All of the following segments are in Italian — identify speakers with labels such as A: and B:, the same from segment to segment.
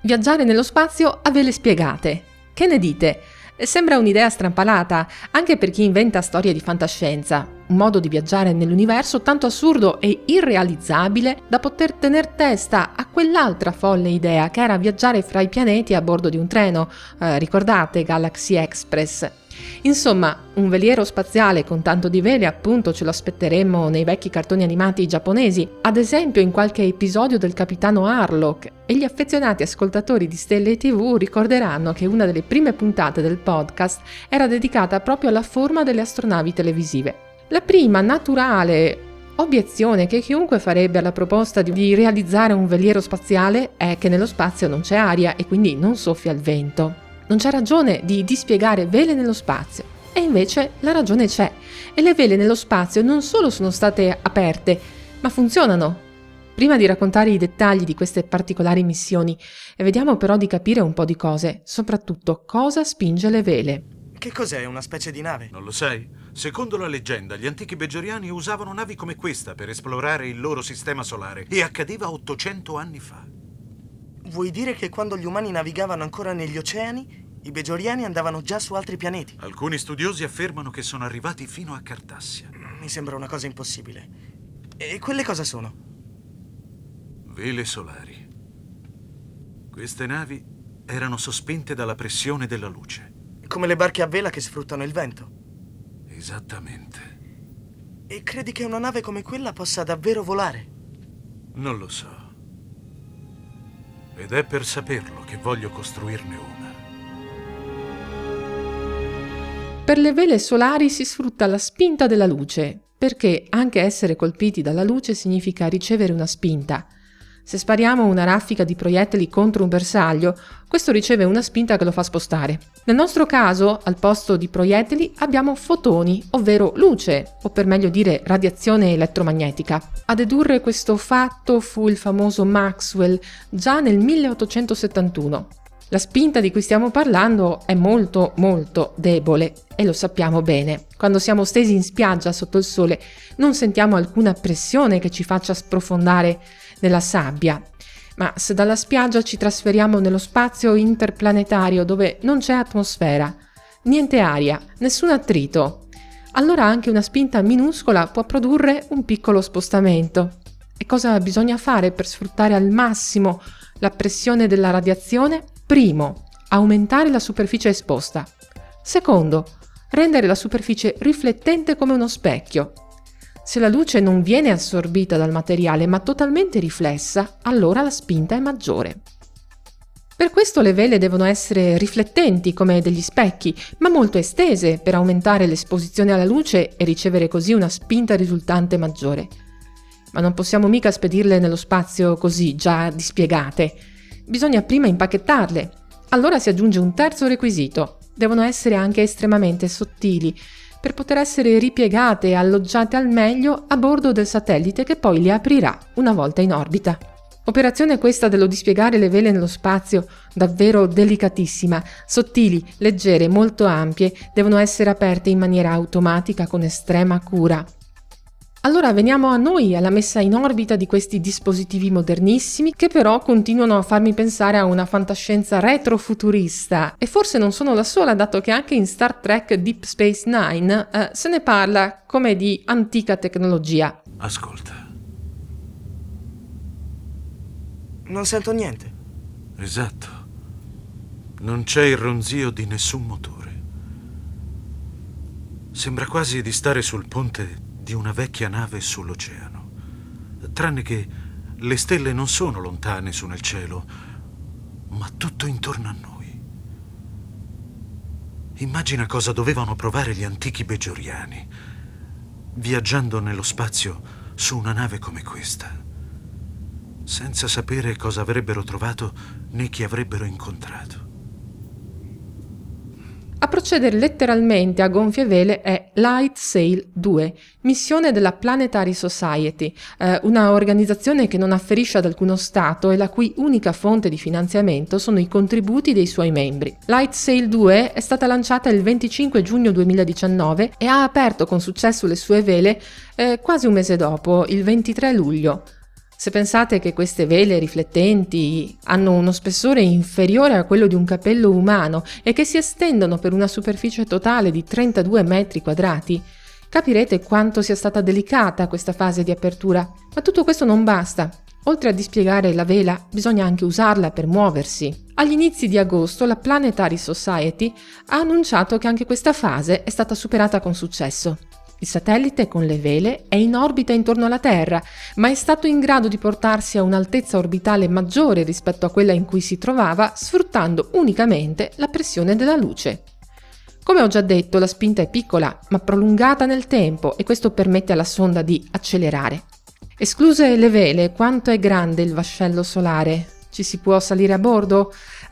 A: Viaggiare nello spazio a vele spiegate. Che ne dite? Sembra un'idea strampalata, anche per chi inventa storie di fantascienza, un modo di viaggiare nell'universo tanto assurdo e irrealizzabile da poter tener testa a quell'altra folle idea che era viaggiare fra i pianeti a bordo di un treno, ricordate Galaxy Express? Insomma, un veliero spaziale con tanto di vele appunto ce lo aspetteremmo nei vecchi cartoni animati giapponesi, ad esempio in qualche episodio del Capitano Harlock, e gli affezionati ascoltatori di Stelle TV ricorderanno che una delle prime puntate del podcast era dedicata proprio alla forma delle astronavi televisive. La prima naturale obiezione che chiunque farebbe alla proposta di realizzare un veliero spaziale è che nello spazio non c'è aria e quindi non soffia il vento. Non c'è ragione di dispiegare vele nello spazio. E invece la ragione c'è. E le vele nello spazio non solo sono state aperte, ma funzionano. Prima di raccontare i dettagli di queste particolari missioni, vediamo però di capire un po' di cose, soprattutto cosa spinge le vele.
B: Che cos'è, una specie di nave?
C: Non lo sai? Secondo la leggenda, gli antichi beggioriani usavano navi come questa per esplorare il loro sistema solare e accadeva 800 anni fa.
B: Vuoi dire che quando gli umani navigavano ancora negli oceani, i beggioriani andavano già su altri pianeti?
C: Alcuni studiosi affermano che sono arrivati fino a Cartassia.
B: Mi sembra una cosa impossibile. E quelle cosa sono?
C: Vele solari. Queste navi erano sospinte dalla pressione della luce.
B: Come le barche a vela che sfruttano il vento?
C: Esattamente.
B: E credi che una nave come quella possa davvero volare?
C: Non lo so. Ed è per saperlo che voglio costruirne una.
A: Per le vele solari si sfrutta la spinta della luce, perché anche essere colpiti dalla luce significa ricevere una spinta. Se spariamo una raffica di proiettili contro un bersaglio, questo riceve una spinta che lo fa spostare. Nel nostro caso, al posto di proiettili abbiamo fotoni, ovvero luce, o per meglio dire radiazione elettromagnetica. A dedurre questo fatto fu il famoso Maxwell già nel 1871. La spinta di cui stiamo parlando è molto debole e lo sappiamo bene. Quando siamo stesi in spiaggia sotto il sole non sentiamo alcuna pressione che ci faccia sprofondare nella sabbia, ma se dalla spiaggia ci trasferiamo nello spazio interplanetario dove non c'è atmosfera, niente aria, nessun attrito, allora anche una spinta minuscola può produrre un piccolo spostamento. E cosa bisogna fare per sfruttare al massimo la pressione della radiazione? Primo, aumentare la superficie esposta. Secondo, rendere la superficie riflettente come uno specchio. Se la luce non viene assorbita dal materiale ma totalmente riflessa, allora la spinta è maggiore. Per questo le vele devono essere riflettenti come degli specchi, ma molto estese per aumentare l'esposizione alla luce e ricevere così una spinta risultante maggiore. Ma non possiamo mica spedirle nello spazio così, già dispiegate. Bisogna prima impacchettarle. Allora si aggiunge un terzo requisito. Devono essere anche estremamente sottili, per poter essere ripiegate e alloggiate al meglio a bordo del satellite che poi le aprirà una volta in orbita. Operazione questa dello dispiegare le vele nello spazio davvero delicatissima, sottili, leggere, molto ampie, devono essere aperte in maniera automatica con estrema cura. Allora veniamo a noi, alla messa in orbita di questi dispositivi modernissimi che però continuano a farmi pensare a una fantascienza retrofuturista, e forse non sono la sola, dato che anche in Star Trek Deep Space Nine se ne parla come di antica tecnologia.
C: Ascolta.
B: Non sento niente.
C: Esatto. Non c'è il ronzio di nessun motore. Sembra quasi di stare sul ponte di una vecchia nave sull'oceano. Tranne che le stelle non sono lontane su nel cielo, ma tutto intorno a noi. Immagina cosa dovevano provare gli antichi beggioriani, viaggiando nello spazio su una nave come questa, senza sapere cosa avrebbero trovato né chi avrebbero incontrato.
A: A procedere letteralmente a gonfie vele è Light Sail 2, missione della Planetary Society, una organizzazione che non afferisce ad alcuno stato e la cui unica fonte di finanziamento sono i contributi dei suoi membri. Light Sail 2 è stata lanciata il 25 giugno 2019 e ha aperto con successo le sue vele quasi un mese dopo, il 23 luglio. Se pensate che queste vele riflettenti hanno uno spessore inferiore a quello di un capello umano e che si estendono per una superficie totale di 32 metri quadrati, capirete quanto sia stata delicata questa fase di apertura. Ma tutto questo non basta. Oltre a dispiegare la vela, bisogna anche usarla per muoversi. Agli inizi di agosto la Planetary Society ha annunciato che anche questa fase è stata superata con successo. Il satellite con le vele è in orbita intorno alla Terra, ma è stato in grado di portarsi a un'altezza orbitale maggiore rispetto a quella in cui si trovava, sfruttando unicamente la pressione della luce. Come ho già detto, la spinta è piccola, ma prolungata nel tempo, e questo permette alla sonda di accelerare. Escluse le vele, quanto è grande il vascello solare? Ci si può salire a bordo?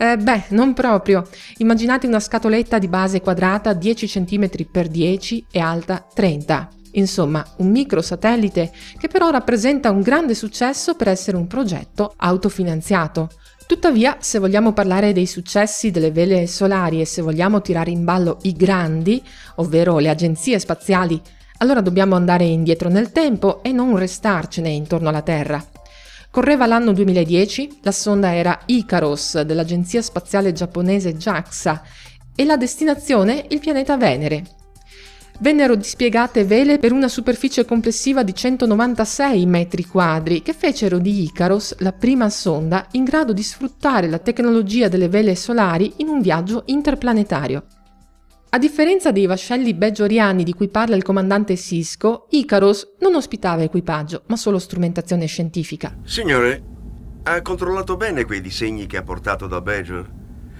A: Non proprio. Immaginate una scatoletta di base quadrata 10 cm x 10 e alta 30. Insomma, un microsatellite che però rappresenta un grande successo per essere un progetto autofinanziato. Tuttavia, se vogliamo parlare dei successi delle vele solari e se vogliamo tirare in ballo i grandi, ovvero le agenzie spaziali, allora dobbiamo andare indietro nel tempo e non restarcene intorno alla Terra. Correva l'anno 2010, la sonda era Icaros dell'agenzia spaziale giapponese JAXA e la destinazione il pianeta Venere. Vennero dispiegate vele per una superficie complessiva di 196 metri quadri che fecero di Icaros la prima sonda in grado di sfruttare la tecnologia delle vele solari in un viaggio interplanetario. A differenza dei vascelli beggioriani di cui parla il comandante Sisko, Icaros non ospitava equipaggio, ma solo strumentazione scientifica.
D: Signore, ha controllato bene quei disegni che ha portato da Bajor?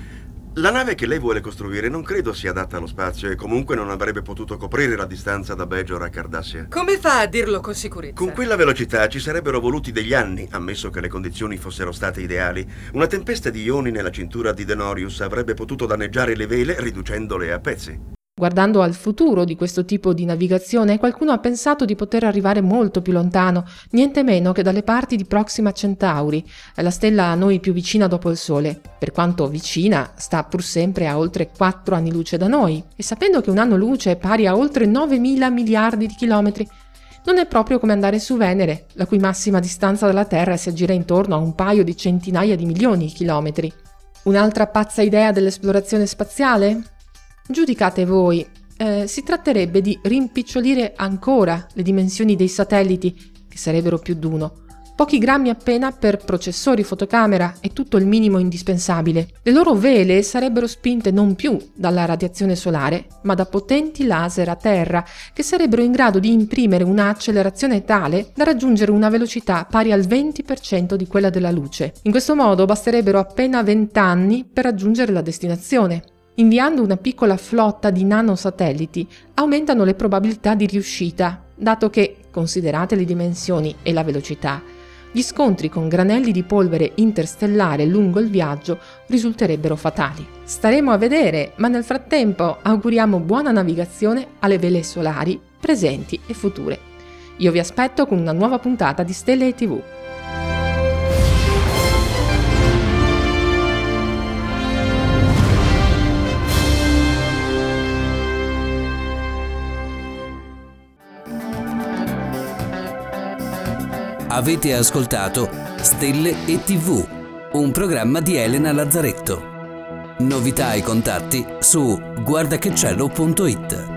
D: La nave che lei vuole costruire non credo sia adatta allo spazio e comunque non avrebbe potuto coprire la distanza da Bajor a Cardassia.
E: Come fa a dirlo con sicurezza?
D: Con quella velocità ci sarebbero voluti degli anni, ammesso che le condizioni fossero state ideali. Una tempesta di ioni nella cintura di Denorius avrebbe potuto danneggiare le vele riducendole a pezzi.
A: Guardando al futuro di questo tipo di navigazione, qualcuno ha pensato di poter arrivare molto più lontano, niente meno che dalle parti di Proxima Centauri, la stella a noi più vicina dopo il Sole. Per quanto vicina, sta pur sempre a oltre 4 anni luce da noi, e sapendo che un anno luce è pari a oltre 9.000 miliardi di chilometri, non è proprio come andare su Venere, la cui massima distanza dalla Terra si aggira intorno a un paio di centinaia di milioni di chilometri. Un'altra pazza idea dell'esplorazione spaziale? Giudicate voi, si tratterebbe di rimpicciolire ancora le dimensioni dei satelliti, che sarebbero più d'uno, pochi grammi appena per processori, fotocamera e tutto il minimo indispensabile. Le loro vele sarebbero spinte non più dalla radiazione solare, ma da potenti laser a terra, che sarebbero in grado di imprimere una accelerazione tale da raggiungere una velocità pari al 20% di quella della luce. In questo modo basterebbero appena 20 anni per raggiungere la destinazione. Inviando una piccola flotta di nanosatelliti aumentano le probabilità di riuscita, dato che, considerate le dimensioni e la velocità, gli scontri con granelli di polvere interstellare lungo il viaggio risulterebbero fatali. Staremo a vedere, ma nel frattempo auguriamo buona navigazione alle vele solari presenti e future. Io vi aspetto con una nuova puntata di Stelle TV.
F: Avete ascoltato Stelle e TV, un programma di Elena Lazzaretto. Novità e contatti su guardachecielo.it.